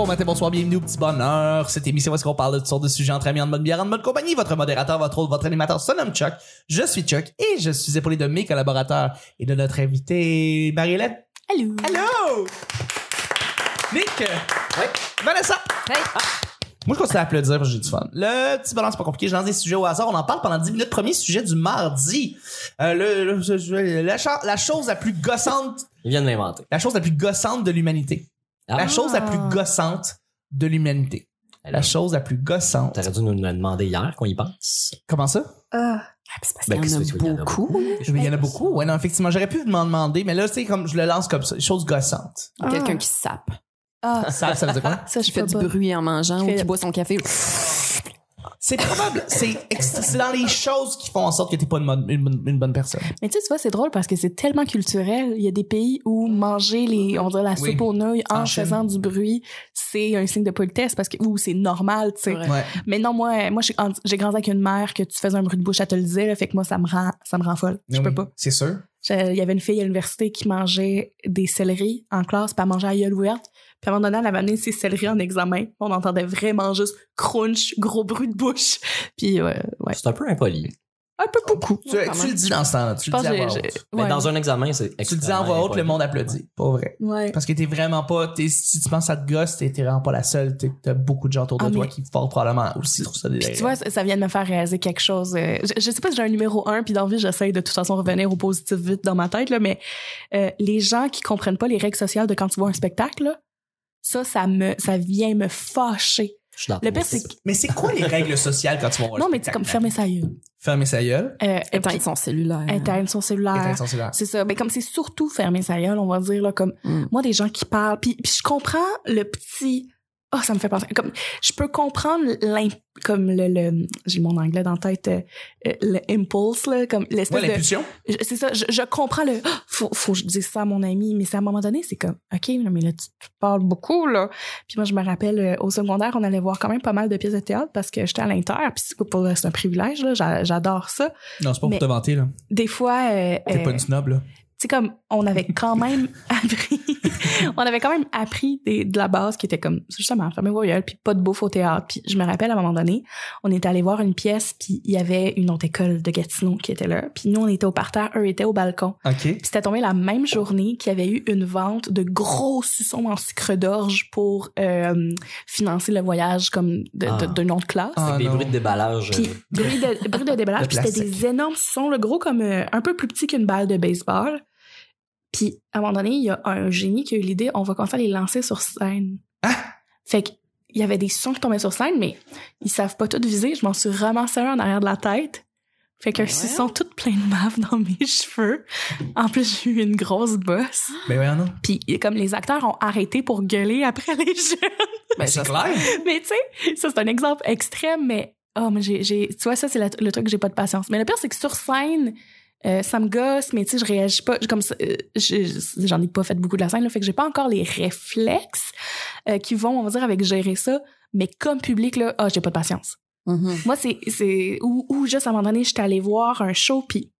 matin, bonsoir, bienvenue au Petit Bonheur. Cette émission où est-ce qu'on parle de toutes sortes de sujets entre amis, en bonne bière, en bonne compagnie. Votre modérateur, votre hôte, votre animateur se nomme Chuck. Je suis Chuck et je suis épaulé de mes collaborateurs et de notre invité Marie-Hélène. Allô. Allô! Nick! Oui. Vanessa! Hey. Moi, je continue à applaudir parce que j'ai du fun. Le Petit Bonheur, c'est pas compliqué. Je lance des sujets au hasard. On en parle pendant 10 minutes. Premier sujet du mardi. La chose la plus gossante. Il vient de l'inventer. La chose la plus gossante de l'humanité. La chose la plus gossante de l'humanité. La chose la plus gossante. T'aurais dû nous le demander hier qu'on y pense. Comment ça? C'est parce Ben, qu'il y en qu'est-ce que tu veux, a beaucoup. Il y en a beaucoup. Ouais, non, effectivement, j'aurais pu m'en demander, mais là, tu sais, comme je le lance comme ça. Chose gossante. Quelqu'un qui sape. Ça veut dire quoi? Ça, je fais du bruit en mangeant ou qui boit son café. C'est probable. C'est dans les choses qui font en sorte que t'es pas une bonne personne. Mais tu vois, c'est drôle parce que c'est tellement culturel. Il y a des pays où manger on dirait la soupe aux nouilles en faisant du bruit, c'est un signe de politesse parce que, ou c'est normal, tu sais. Ouais. Mais non, moi, j'ai grandi avec une mère que tu faisais un bruit de bouche, elle te le disait, là, fait que moi, ça me rend folle. Je peux pas. C'est sûr. Il y avait une fille à l'université qui mangeait des céleris en classe, puis elle mangeait à gueule ouverte. Puis à un moment donné, elle avait amené ses céleris en examen. On entendait vraiment juste crunch, gros bruit de bouche. Puis ouais. C'est un peu impoli. Un peu beaucoup. Tu le dis dans ce temps-là. Tu le dis à voix haute. Mais dans un examen, c'est Tu le dis en voix haute, le monde applaudit. Pas vrai. Ouais. Parce que t'es vraiment pas... si tu penses à te gosse, t'es vraiment pas la seule. T'as beaucoup de gens autour de toi qui fort probablement aussi trouvent ça désagréable. Tu vois, ça vient de me faire réaliser quelque chose. Je sais pas si j'ai un numéro 1, puis dans la vie, j'essaye de toute façon revenir au positif vite dans ma tête, là, mais les gens qui comprennent pas les règles sociales de quand tu vois un spectacle, là, ça vient me fâcher. Le pire, c'est Mais c'est quoi les règles sociales quand tu vas voir non, un mais tu sais, comme fermer sa gueule. Fermer sa gueule. Éteindre son cellulaire. Éteindre son cellulaire. C'est ça. Mais comme c'est surtout fermer sa gueule, on va dire, là, comme, moi, des gens qui parlent, puis je comprends le petit, ça me fait penser, comme, je peux comprendre comme j'ai mon anglais dans la tête, le impulse, là, comme l'espèce l'impulsion. C'est ça, je comprends faut que je dise ça à mon ami, mais c'est à un moment donné, c'est comme, OK, mais là, tu parles beaucoup, là. Puis moi, je me rappelle, au secondaire, on allait voir quand même pas mal de pièces de théâtre parce que j'étais à l'Inter, puis c'est un privilège, là, j'adore ça. Non, c'est pas pour te vanter, là. Des fois, t'es pas une snob, là. Tu sais, comme, on avait quand même appris de la base qui était comme, justement, fermer vos gueules, puis pas de bouffe au théâtre. Puis je me rappelle, à un moment donné, on était allé voir une pièce, puis il y avait une autre école de Gatineau qui était là. Puis nous, on était au parterre, eux étaient au balcon. OK. Puis c'était tombé la même journée qu'il y avait eu une vente de gros suçons en sucre d'orge pour financer le voyage comme d'une autre classe. Des bruits de déballage. Puis bruit de déballage, puis c'était des énormes suçons, le gros comme un peu plus petit qu'une balle de baseball. Puis, à un moment donné, il y a un génie qui a eu l'idée, on va commencer à les lancer sur scène. Ah! Fait que, il y avait des sons qui tombaient sur scène, mais ils savent pas tout viser. Je m'en suis ramassé un en arrière de la tête. Fait qu'un suçon tout plein de bave dans mes cheveux. En plus, j'ai eu une grosse bosse. Ben ouais, non. Puis, comme les acteurs ont arrêté pour gueuler après les jeunes. Ben c'est clair. Mais tu sais, ça, c'est un exemple extrême, mais mais tu vois, ça, c'est le truc que j'ai pas de patience. Mais le pire, c'est que sur scène, ça me gosse, mais tu sais, je réagis pas comme ça. J'en ai pas fait beaucoup de la scène, là, fait que j'ai pas encore les réflexes qui vont, on va dire, avec gérer ça. Mais comme public, là, j'ai pas de patience. Mm-hmm. Moi, c'est ou juste à un moment donné, j'étais allée voir un show, puis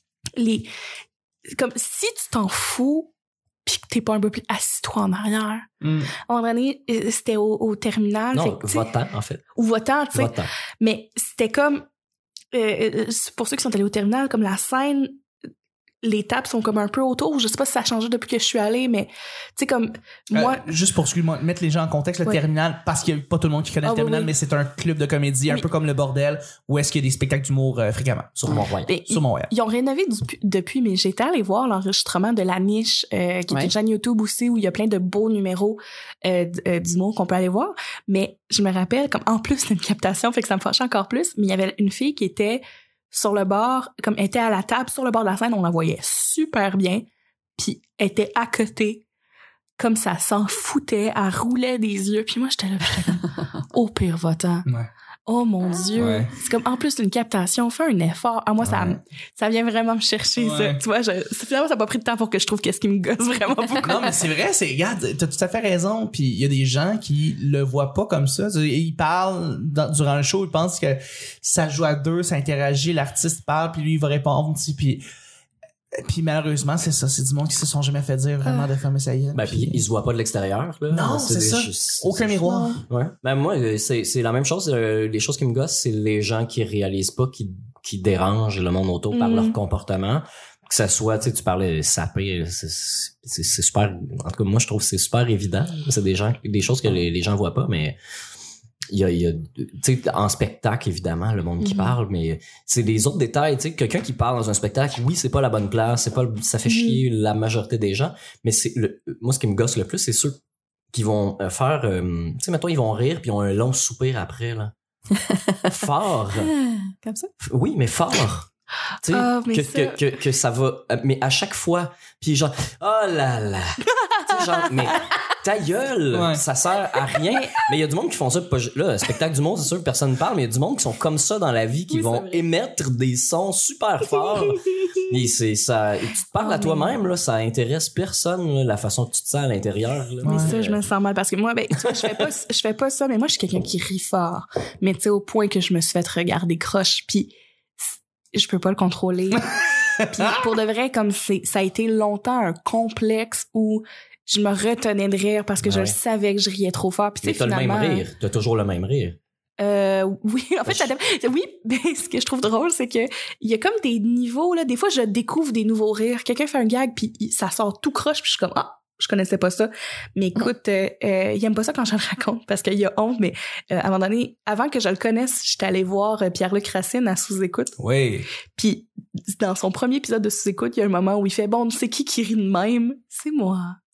comme si tu t'en fous, puis que t'es pas un peu plus assis-toi en arrière. À un moment donné, c'était au terminal. Non, fait que, votant, en fait. Ou votant, tu sais. Votant. Mais c'était comme pour ceux qui sont allés au terminal, comme la scène, les tables sont comme un peu autour. Je sais pas si ça a changé depuis que je suis allée, mais tu sais, comme moi... Juste pour mettre les gens en contexte, le terminal, parce qu'il y a pas tout le monde qui connaît le terminal, mais c'est un club de comédie, un peu comme le Bordel, où est-ce qu'il y a des spectacles d'humour fréquemment. Sur Mont-Royal. Sur Mont-Royal. Ils ont rénové depuis, mais j'étais allée voir l'enregistrement de La Niche, qui est une chaîne YouTube aussi, où il y a plein de beaux numéros d'humour qu'on peut aller voir. Mais je me rappelle, comme en plus, c'est une captation, fait que ça me fâchait encore plus, mais il y avait une fille qui était sur le bord, comme elle était à la table, sur le bord de la scène, on la voyait super bien, puis elle était à côté, comme ça s'en foutait, elle roulait des yeux, puis moi, j'étais comme, au pire votant. Ouais. Oh mon Dieu. Ouais. C'est comme, en plus, une captation, fais un effort. Moi, ça vient vraiment me chercher, ça. Tu vois, finalement, ça n'a pas pris de temps pour que je trouve qu'est-ce qui me gosse vraiment beaucoup. Non, mais c'est vrai, regarde, t'as tout à fait raison, puis il y a des gens qui le voient pas comme ça. Ils parlent durant le show, ils pensent que ça joue à deux, ça interagit, l'artiste parle, puis lui, il va répondre, puis Puis malheureusement, c'est ça. C'est du monde qui se sont jamais fait dire vraiment de fermer sa gueule. Ben, puis ils se voient pas de l'extérieur, là. Non, c'est ça. Aucun miroir. Ouais. Ben, moi, c'est la même chose. Les choses qui me gossent, c'est les gens qui réalisent pas, qui dérangent le monde autour par leur comportement. Que ça soit, tu sais, tu parlais de saper, c'est super, en tout cas, moi, je trouve que c'est super évident. C'est des choses que les gens voient pas, mais il y a tu sais, en spectacle, évidemment, le monde qui parle, mais c'est des autres détails, tu sais, quelqu'un qui parle dans un spectacle, oui, c'est pas la bonne place, ça fait chier la majorité des gens, mais moi, ce qui me gosse le plus, c'est ceux qui vont faire, tu sais, mettons, ils vont rire puis ils ont un long soupir après, là. Fort. Comme ça? Oui, mais fort. Tu sais, que ça va, mais à chaque fois, puis genre, oh là là. Tu sais, genre, mais ta gueule, ça sert à rien. Mais il y a du monde qui font ça, là, spectacle du monde, c'est sûr que personne ne parle, mais il y a du monde qui sont comme ça dans la vie, qui vont émettre des sons super forts. Et c'est ça, et tu te parles à toi-même, là, ça intéresse personne, là, la façon que tu te sens à l'intérieur, là. Mais ça, je me sens mal parce que moi, ben, tu vois, je fais pas ça, mais moi, je suis quelqu'un qui rit fort. Mais tu sais, au point que je me suis fait regarder croche, puis je peux pas le contrôler. Puis pour de vrai, comme ça a été longtemps un complexe où je me retenais de rire parce que je le savais que je riais trop fort. Puis, mais t'as finalement, le même rire. T'as toujours le même rire. Oui, en fait, oui, mais ce que je trouve drôle, c'est que il y a comme des niveaux, là. Des fois, je découvre des nouveaux rires. Quelqu'un fait un gag, puis ça sort tout croche, puis je suis comme, je connaissais pas ça. Mais écoute, il aime pas ça quand je le raconte parce qu'il a honte, mais à un moment donné, avant que je le connaisse, j'étais allée voir Pierre-Luc Racine à Sous-Écoute. Oui. Puis dans son premier épisode de Sous-Écoute, il y a un moment où il fait, bon, c'est qui rit de même? C'est moi.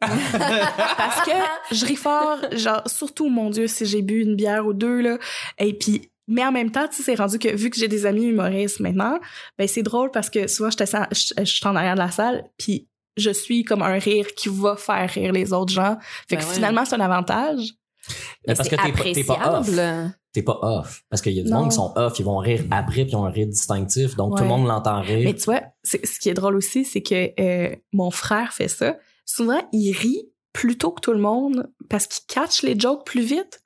Parce que je ris fort, genre, surtout, mon Dieu, si j'ai bu une bière ou deux, là. Et puis, mais en même temps, tu sais, c'est rendu que, vu que j'ai des amis humoristes maintenant, ben, c'est drôle parce que souvent, je suis en arrière de la salle, puis je suis comme un rire qui va faire rire les autres gens. Fait que finalement, c'est un avantage. Mais parce que t'es pas off. T'es pas off. Parce qu'il y a du monde qui sont off, ils vont rire après puis ils ont un rire distinctif. Donc, tout le monde l'entend rire. Mais tu vois, ce qui est drôle aussi, c'est que mon frère fait ça. Souvent, il rit plus tôt que tout le monde parce qu'il catch les jokes plus vite.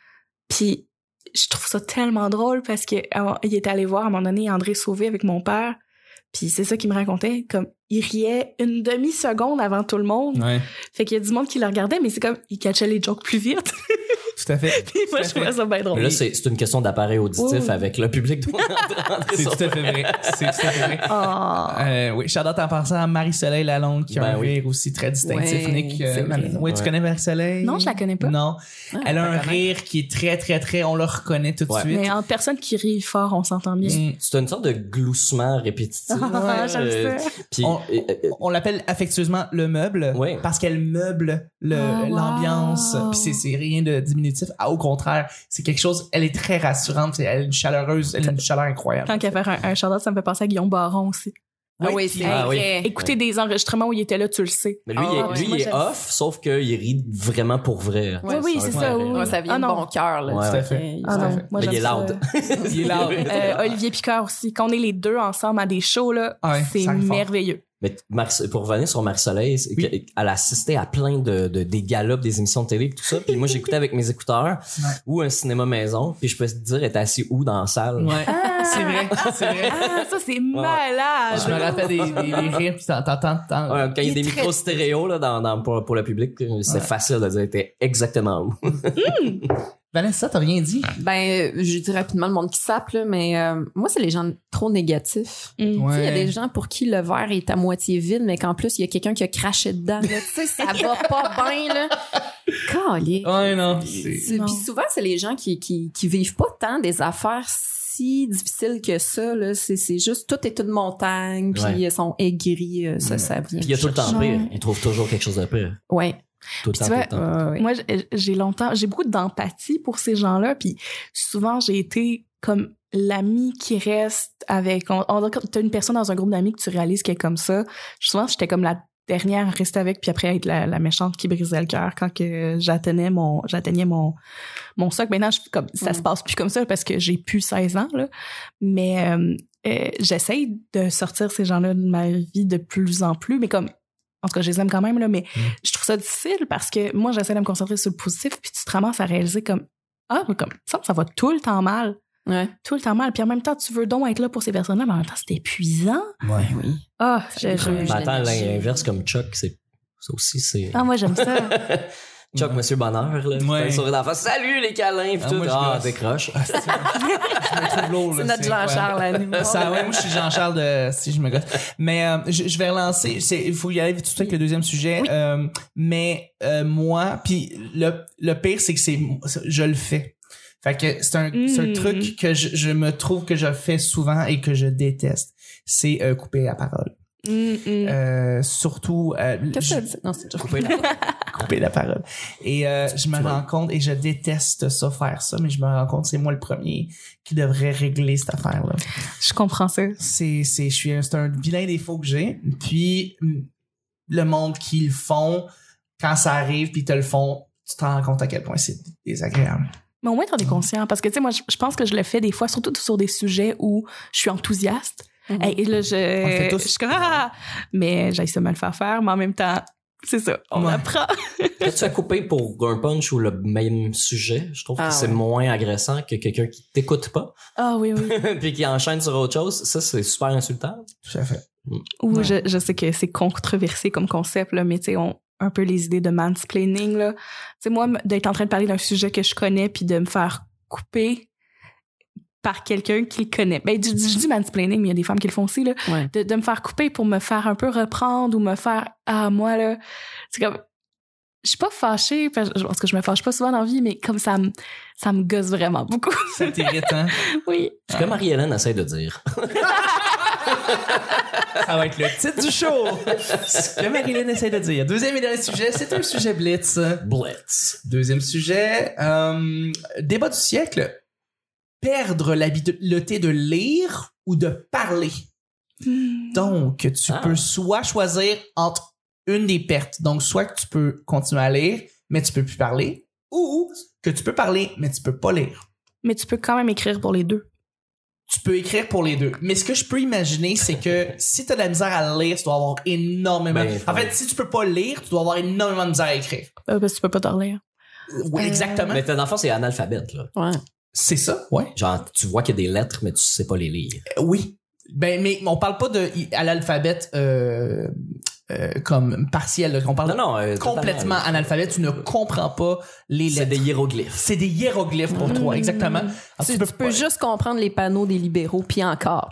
Puis, je trouve ça tellement drôle parce que il est allé voir à un moment donné André Sauvé avec mon père. Puis c'est ça qu'il me racontait, comme il riait une demi-seconde avant tout le monde. Ouais. Fait qu'il y a du monde qui le regardait, mais c'est comme il catchait les jokes plus vite. Tout à fait. Puis moi, je trouvais ça bien drôle. Mais là, c'est une question d'appareil auditif avec le public. C'est tout à fait vrai. C'est tout à fait vrai. Oui, shout-out en passant à Marie-Soleil Lalonde qui a un rire aussi très distinctif. Nick, tu connais Marie-Soleil? Non, je la connais pas. Non. Elle a un rire qui est très, très, très, on le reconnaît tout de suite. Mais en personne qui rit fort, on s'entend bien. C'est une sorte de gloussement répétitif. J'aime ça. Puis, on l'appelle affectueusement le meuble parce qu'elle meuble l'ambiance. Puis c'est rien de diminutif. Au contraire, c'est quelque chose, elle est très rassurante. Elle est une chaleureuse, elle a une chaleur incroyable. Tant qu'à faire un shout-out, ça me fait penser à Guillaume Baron aussi. Oui, c'est vrai. Écouter des enregistrements où il était là, tu le sais. Mais lui, il est off, sauf qu'il rit vraiment pour vrai. Oui, c'est ça. Ça vient de bon cœur, là. Tout à fait. Mais il est loud. Il est loud. Olivier Picard aussi. Quand on est les deux ensemble à des shows, là, c'est merveilleux. Mais pour revenir sur Marie-Soleil, elle assistait à plein des galas, des émissions de télé et tout ça. Puis moi, j'écoutais avec mes écouteurs ou un cinéma maison. Puis je peux te dire, elle était assis où dans la salle. Ouais. C'est vrai. Ah, ça, c'est malade. Je me rappelle des rires, puis t'entends. Quand il y a des micros stéréo là, pour le public, c'est facile de dire, elle était exactement où. Vanessa, t'as rien dit? Ben, je dis rapidement le monde qui sape, là, mais moi, c'est les gens trop négatifs. Tu sais, il y a des gens pour qui le verre est à moitié vide, mais qu'en plus, il y a quelqu'un qui a craché dedans. Tu sais, ça va pas bien, là. Calique. Ouais, non. Puis souvent, c'est les gens qui vivent pas tant des affaires si difficiles que ça, là. C'est juste, tout est une montagne, puis ils sont aigris, ça vient. Puis il y a tout le temps pire. Ils trouvent toujours quelque chose de pire. Ouais. Tout le temps. Moi, j'ai beaucoup d'empathie pour ces gens-là, puis souvent j'ai été comme l'ami qui reste avec. On t'as une personne dans un groupe d'amis que tu réalises qu'elle est comme ça. Souvent, j'étais comme la dernière à rester avec, puis après être la méchante qui brisait le cœur quand que j'atteignais mon socle. Maintenant, ça se passe plus comme ça parce que j'ai plus 16 ans là, mais j'essaye de sortir ces gens-là de ma vie de plus en plus, mais comme en tout cas, je les aime quand même, là, mais je trouve ça difficile parce que moi, j'essaie de me concentrer sur le positif, puis tu te ramasses à réaliser comme ça va tout le temps mal. tout le temps mal. Puis en même temps, tu veux donc être là pour ces personnes-là, mais en même temps, c'est épuisant. Ouais. Oui. Ah, Attends, l'inverse comme Chuck, ça aussi, c'est... Ah, moi, j'aime ça. Chuck, Monsieur Bonheur, là. Ouais. Putain, sourire d'en face. Salut, les câlins, pis tout. Moi, je décroche. Je me trouve lourd, là, C'est notre Jean-Charles à nous. Ça, ouais, moi, je suis Jean-Charles de, si je me gosse. Mais, je vais relancer, il faut y aller tout de suite avec le deuxième sujet. Oui. Moi, puis le pire, c'est que je le fais. Fait que c'est un truc que je me trouve que je fais souvent et que je déteste. C'est couper la parole. Surtout qu'est-ce que ça dit? Non, c'est toujours couper la parole. Et je me rends compte, et je déteste ça, faire ça, mais je me rends compte, c'est moi le premier qui devrait régler cette affaire-là. Je comprends ça. C'est un vilain défaut que j'ai. Puis le monde qui le font, quand ça arrive, puis ils te le font, tu te rends compte à quel point c'est désagréable. Mais au moins, t'en es conscient. Parce que, tu sais, moi, je pense que je le fais des fois, surtout sur des sujets où je suis enthousiaste. Et là, je suis comme, mais j'aille ça me le faire, mais en même temps, c'est ça, on apprend. Quand tu as coupé pour un punch ou le même sujet, je trouve que c'est moins agressant que quelqu'un qui t'écoute pas. Ah oui. Puis qui enchaîne sur autre chose. Ça, c'est super insultant. Tout à fait. Ou je sais que c'est controversé comme concept, là, mais tu sais, un peu les idées de mansplaining, là. Tu sais, moi, d'être en train de parler d'un sujet que je connais puis de me faire couper par quelqu'un qui le connaît. Ben, je dis mansplaining, mais il y a des femmes qui le font aussi, là. Ouais. De me faire couper pour me faire un peu reprendre ou me faire, moi, là, c'est comme, je suis pas fâchée, parce que je me fâche pas souvent dans la vie, mais comme ça me gosse vraiment beaucoup. Ça t'irrite, hein? Oui. Ce que Marie-Hélène essaie de dire. Ça va être le titre du show. Ce que Marie-Hélène essaie de dire. Deuxième et dernier sujet, c'est un sujet blitz. Deuxième sujet, débat du siècle. Perdre l'habileté de lire ou de parler. Donc, tu peux soit choisir entre une des pertes. Donc, soit que tu peux continuer à lire, mais tu peux plus parler, ou que tu peux parler, mais tu peux pas lire. Mais tu peux quand même écrire pour les deux. Tu peux écrire pour les deux. Mais ce que je peux imaginer, c'est que si t'as de la misère à lire, tu dois avoir énormément... En fait, si tu peux pas lire, tu dois avoir énormément de misère à écrire. Parce que tu peux pas t'en lire. Oui, exactement. Mais dans le fond, c'est analphabète, là. Ouais. C'est ça, ouais. Genre, tu vois qu'il y a des lettres, mais tu sais pas les lire. Oui. Ben, mais on parle pas à l'alphabète comme partiel. Là. On parle complètement analphabète. Tu ne comprends pas les lettres. C'est des hiéroglyphes. C'est des hiéroglyphes pour toi, exactement. Alors, tu peux juste comprendre les panneaux des libéraux, puis encore.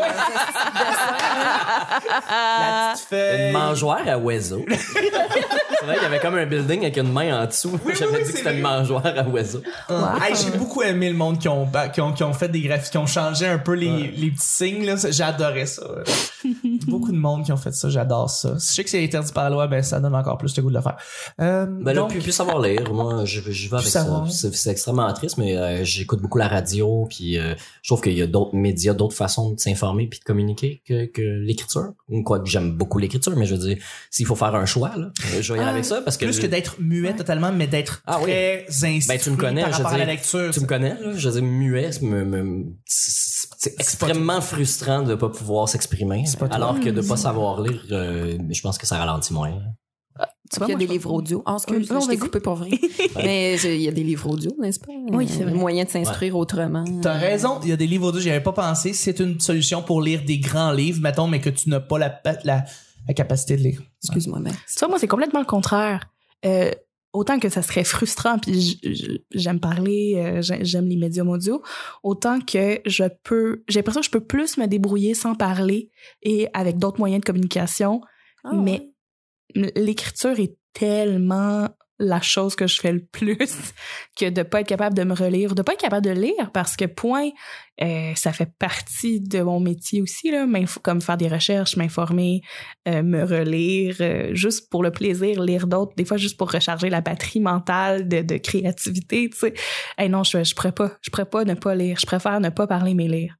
La petite feuille. Une mangeoire à oiseaux. C'est vrai qu'il y avait comme un building avec une main en dessous. J'avais dit que c'était une mangeoire à oiseaux. Hey, j'ai beaucoup aimé le monde qui ont fait des graphiques, qui ont changé un peu les petits signes. Là. J'adorais ça. Beaucoup de monde qui ont fait ça. J'adore ça. Si je sais que c'est interdit par la loi, ben ça donne encore plus le goût de le faire. Donc, plus savoir lire. Moi, je vais avec ça. C'est extrêmement triste, mais j'écoute beaucoup la radio, puis je trouve qu'il y a d'autres médias, d'autres façons de s'informer puis de communiquer que l'écriture. Quoique j'aime beaucoup l'écriture, mais je veux dire, s'il faut faire un choix, là, je vais y aller avec ça parce que plus que d'être muet totalement, mais d'être très instruit tu me connais, par rapport à la lecture. Tu me connais, là, je veux dire, muet, c'est extrêmement frustrant de pas pouvoir s'exprimer, alors que de pas savoir lire, je pense que ça ralentit moins. Il y a des livres audio. Je t'ai coupé pour vrai. Mais il y a des livres audio, n'est-ce pas? Oui, c'est vrai. Moyen de s'instruire autrement. T'as raison, il y a des livres audio, j'y avais pas pensé. C'est une solution pour lire des grands livres, mettons, mais que tu n'as pas la capacité de lire. Excuse-moi, mais. Tu vois, moi, c'est complètement le contraire. Autant que ça serait frustrant, puis j'aime parler, j'aime les médias audio, autant que j'ai l'impression que je peux plus me débrouiller sans parler et avec d'autres moyens de communication, mais l'écriture est tellement la chose que je fais le plus que de pas être capable de me relire, de pas être capable de lire parce que ça fait partie de mon métier aussi, là, comme faire des recherches, m'informer, me relire, juste pour le plaisir, lire d'autres, des fois juste pour recharger la batterie mentale de créativité, tu sais. Non, je pourrais pas ne pas lire, je préfère ne pas parler mais lire.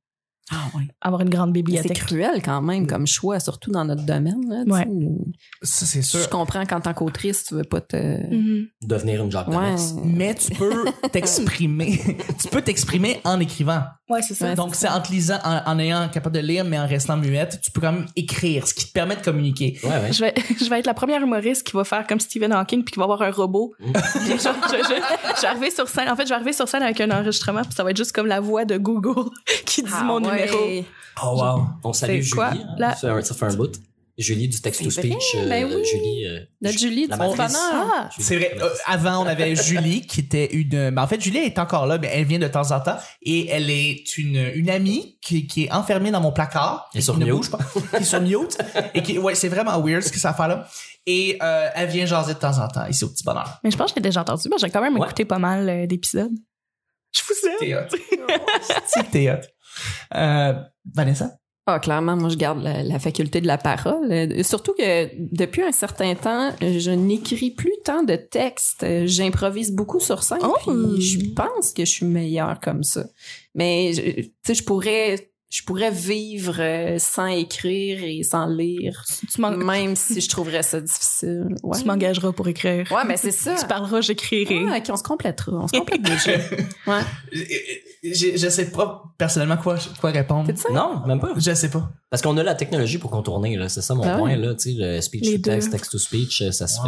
avoir une grande bibliothèque. C'est cruel quand même comme choix, surtout dans notre domaine. Là, ouais. Ça, c'est sûr. Je comprends qu'en tant qu'autrice, tu veux pas te... Devenir une job de Rex. Mais tu peux t'exprimer. Tu peux t'exprimer en écrivant. Ouais, c'est ça. Ouais, Donc, c'est en te lisant, en ayant capable de lire, mais en restant muette, tu peux quand même écrire, ce qui te permet de communiquer. Ouais. Je vais être la première humoriste qui va faire comme Stephen Hawking puis qui va avoir un robot. Puis genre, je vais arriver sur scène. En fait, je vais arriver sur scène avec un enregistrement puis ça va être juste comme la voix de Google qui dit mon numéro. Oh, wow. On salue C'est Julie. quoi, là? Ça fait un bout. Julie du text-to-speech. Ben oui. Julie. Notre Julie du la matrice. bonheur. C'est vrai. Avant, on avait Julie qui était une... Ben, en fait, Julie est encore là, mais elle vient de temps en temps. Et elle est une amie qui est enfermée dans mon placard. Elle est sur qui ne mute. bouge pas. Qui est sur mute. Et qui, ouais, c'est vraiment weird ce que ça fait là. Et elle vient jaser de temps en temps ici au Petit Bonheur. Mais je pense que j'ai déjà entendu. Moi, j'ai quand même écouté pas mal d'épisodes. Je vous aime. T'es hot. C'est que t'es hot. Vanessa? Ah, clairement, moi, je garde la faculté de la parole. Surtout que depuis un certain temps, je n'écris plus tant de textes. J'improvise beaucoup sur scène. Puis je pense que je suis meilleure comme ça. Mais, tu sais, je pourrais vivre sans écrire et sans lire. Même si je trouverais ça difficile. Ouais. Tu m'engageras pour écrire. Ouais, mais c'est ça. Tu parleras, j'écrirai. Ouais, on se complétera. On se complète déjà. Ouais. Je sais pas personnellement quoi répondre. C'est ça? Non, même pas. Je sais pas. Parce qu'on a la technologie pour contourner, là. C'est ça mon point, là. Tu sais, le speech-to-text, text-to-speech, ça se fait.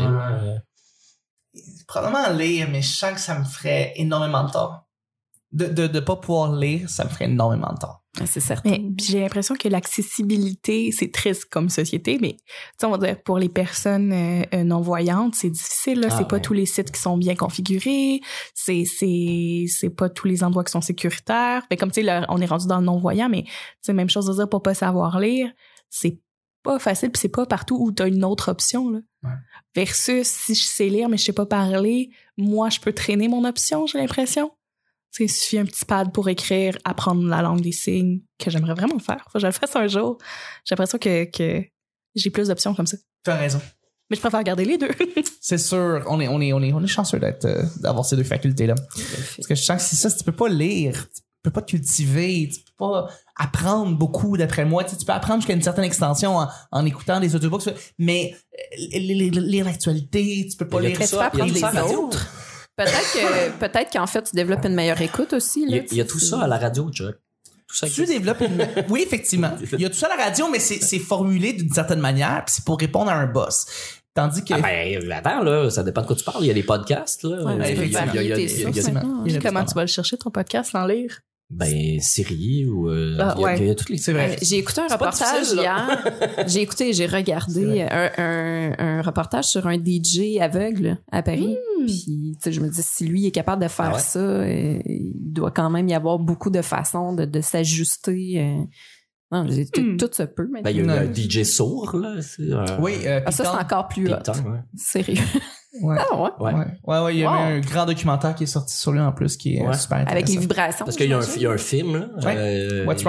Probablement lire, mais je sens que ça me ferait énormément de tort. De pas pouvoir lire, ça me ferait énormément de tort. C'est certain. Mais j'ai l'impression que l'accessibilité, c'est triste comme société, mais tu sais, on va dire pour les personnes non-voyantes, c'est difficile. Là. C'est pas tous les sites qui sont bien configurés, c'est pas tous les endroits qui sont sécuritaires. Fait comme tu sais, on est rendu dans le non-voyant, mais c'est même chose de dire pour pas savoir lire, c'est pas facile, puis c'est pas partout où t'as une autre option là. Ouais. Versus si je sais lire mais je sais pas parler, moi je peux traîner mon option, j'ai l'impression. Il suffit un petit pad pour écrire, apprendre la langue des signes, que j'aimerais vraiment faire. Faut que je le fasse un jour. J'ai l'impression que j'ai plus d'options comme ça. Tu as raison. Mais je préfère garder les deux. C'est sûr, on est chanceux d'avoir ces deux facultés-là. Parce que je sens que c'est ça, si tu peux pas lire, tu peux pas te cultiver, tu peux pas apprendre beaucoup d'après moi. Tu peux apprendre jusqu'à une certaine extension en écoutant des audiobooks, mais lire l'actualité, tu peux pas lire ça. Tu peux apprendre les autres. Peut-être qu'en fait, tu développes une meilleure écoute aussi. Là, il y a tout ça à la radio, Chuck. Tout ça tu développes Oui, effectivement. Il y a tout ça à la radio, mais c'est formulé d'une certaine manière, puis c'est pour répondre à un boss. Tandis que... attends, là, ça dépend de quoi tu parles. Il y a des podcasts, là. Ouais, effectivement. Comment tu vas le chercher, ton podcast, sans lire? Ben, Siri ou il y a toutes les... C'est vrai. J'ai écouté un reportage hier. J'ai regardé un reportage sur un DJ aveugle à Paris. Puis, tu sais, je me dis, si lui est capable de faire ça, il doit quand même y avoir beaucoup de façons de s'ajuster. Non, tout se peut. Ben, il y a un DJ sourd, là. Oui, ça, c'est encore plus hot. Sérieux. Ouais. Ah ouais. Il y a un grand documentaire qui est sorti sur lui en plus qui est super intéressant. Avec les vibrations. Parce qu'il y a un film, là. Ouais. What's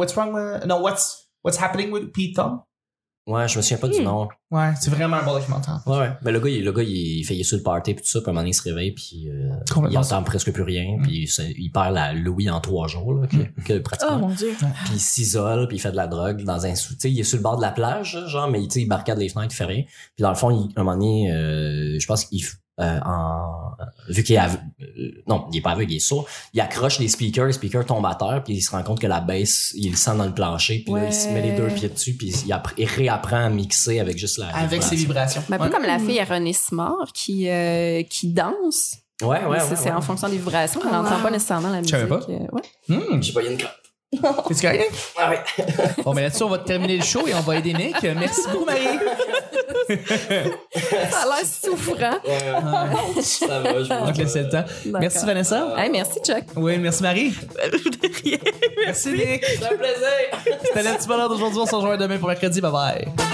happening with Pete Tong? Ouais, je me souviens pas du nom. Ouais, c'est vraiment un bon documentaire. Ouais. Mais le gars, il fait sur le party puis tout ça, puis à un moment donné, il se réveille puis il entend presque plus rien, puis il perd la Louis en 3 jours, là, que pratiquement. Oh mon Dieu. Puis il s'isole, puis il fait de la drogue dans un tu sais, il est sur le bord de la plage, genre, mais tu sais, il barricade les fenêtres, il fait rien. Puis dans le fond, à un moment donné, je pense qu'il vu qu'il est aveugle, non, il est pas aveugle, il est sourd, il accroche les speakers tombent à terre, puis il se rend compte que la basse, il le sent dans le plancher, puis là, il se met les 2 pieds dessus, puis il réapprend à mixer avec juste avec ses vibrations. Un peu comme la fille à René Simard qui danse. Ouais. C'est en fonction des vibrations, on n'entend pas nécessairement la musique. Je savais pas. Ouais. J'ai pas eu une clope. C'est correct? Ah oui. Bon, mais là-dessus, on va terminer le show et on va aider Nick. Merci beaucoup, Marie. Ça a l'air souffrant. Ça va, je vais te laisser le temps. D'accord. Merci, Vanessa. Hey, merci, Chuck. Oui, merci, Marie. Merci, Nick. C'est un plaisir. C'était le petit bonheur d'aujourd'hui. On se rejoint demain pour mercredi. Bye bye.